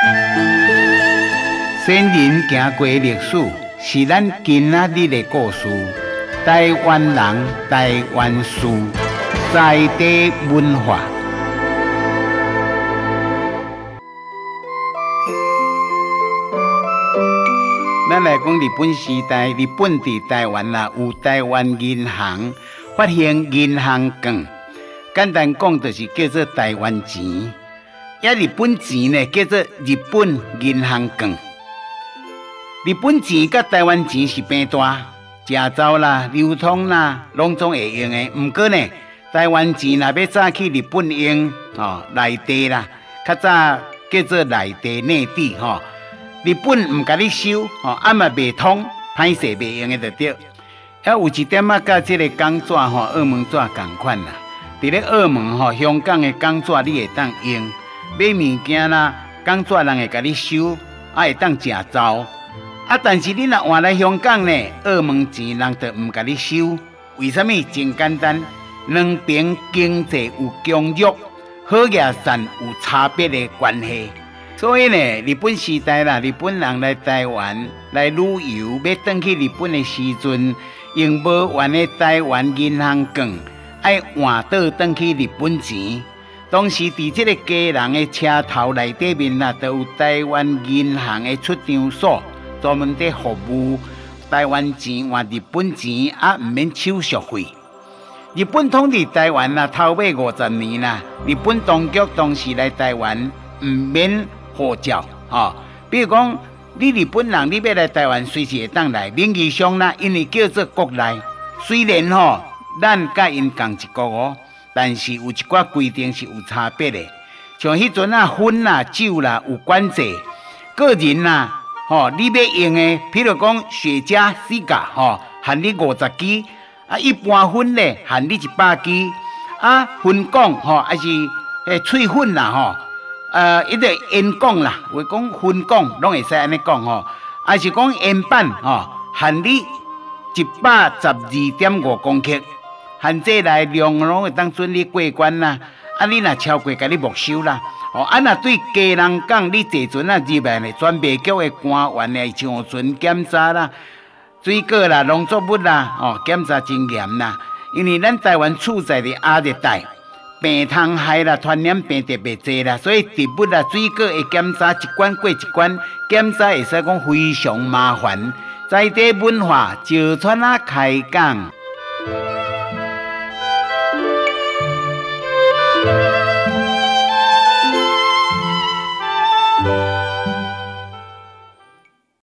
先人行过的历史，是咱今仔日的故事。台湾人、台湾事，在地文化。咱来讲日本时代，日本伫台湾啦，有台湾银行发行银行券，简单讲就是叫做台湾钱。也日本钱呢，叫做日本银行券。日本钱甲台湾钱是平大，食走啦、流通啦，拢总会用的。毋过呢，台湾钱若要早去日本用，内地啦，较早叫做内地内地日本毋甲你收，嘛袂通，歹势袂用的就对。还有一点仔，甲即个港纸澳门纸共款啦。伫咧澳门香港的港纸你会当用，买物件啦，港纸人会甲你收，会当食走。但是你若换来香港呢，澳门钱人就毋甲你收。为什么？真简单，两边经济有强弱、好野善有差别的关系。所以呢，日本时代啦，日本人来台湾来旅游，要转去日本的时阵，用无完的台湾银行券，爱换倒转去日本钱。当时伫这个家人的车头内底面啦，都有台湾银行的出张所，专门在服务台湾钱换日本钱，毋免手续费。日本统治台湾啦，头尾50年啦，日本当局当时来台湾毋免护照，比如讲，你日本人你要来台湾，随时会当来。名义上啦，因为叫做国内，虽然咱甲因同一国但是有一寡规定是有差别的。像迄阵薰啦、酒啦有管制，个人啦，你要用的，譬如讲雪茄、四架，限你50支，一般薰咧限你100支，薰讲还是喙粉啦，一个烟管啦，话讲薰管拢会使安尼讲还是讲烟板限你112.5公克，限制内量拢会当准你过关啦。你若超过，甲你没收啦。若对家人讲，你坐船入来呢，专卖局的官员呢，上船检查啦，水果啦、农作物啦，检查真严啦。因为咱台湾处在的亚热带。病虫害啦、传染病特别多啦，所以植物啦、水果会检查一关过一关，检查会使讲非常麻烦。在地文化，石川开讲。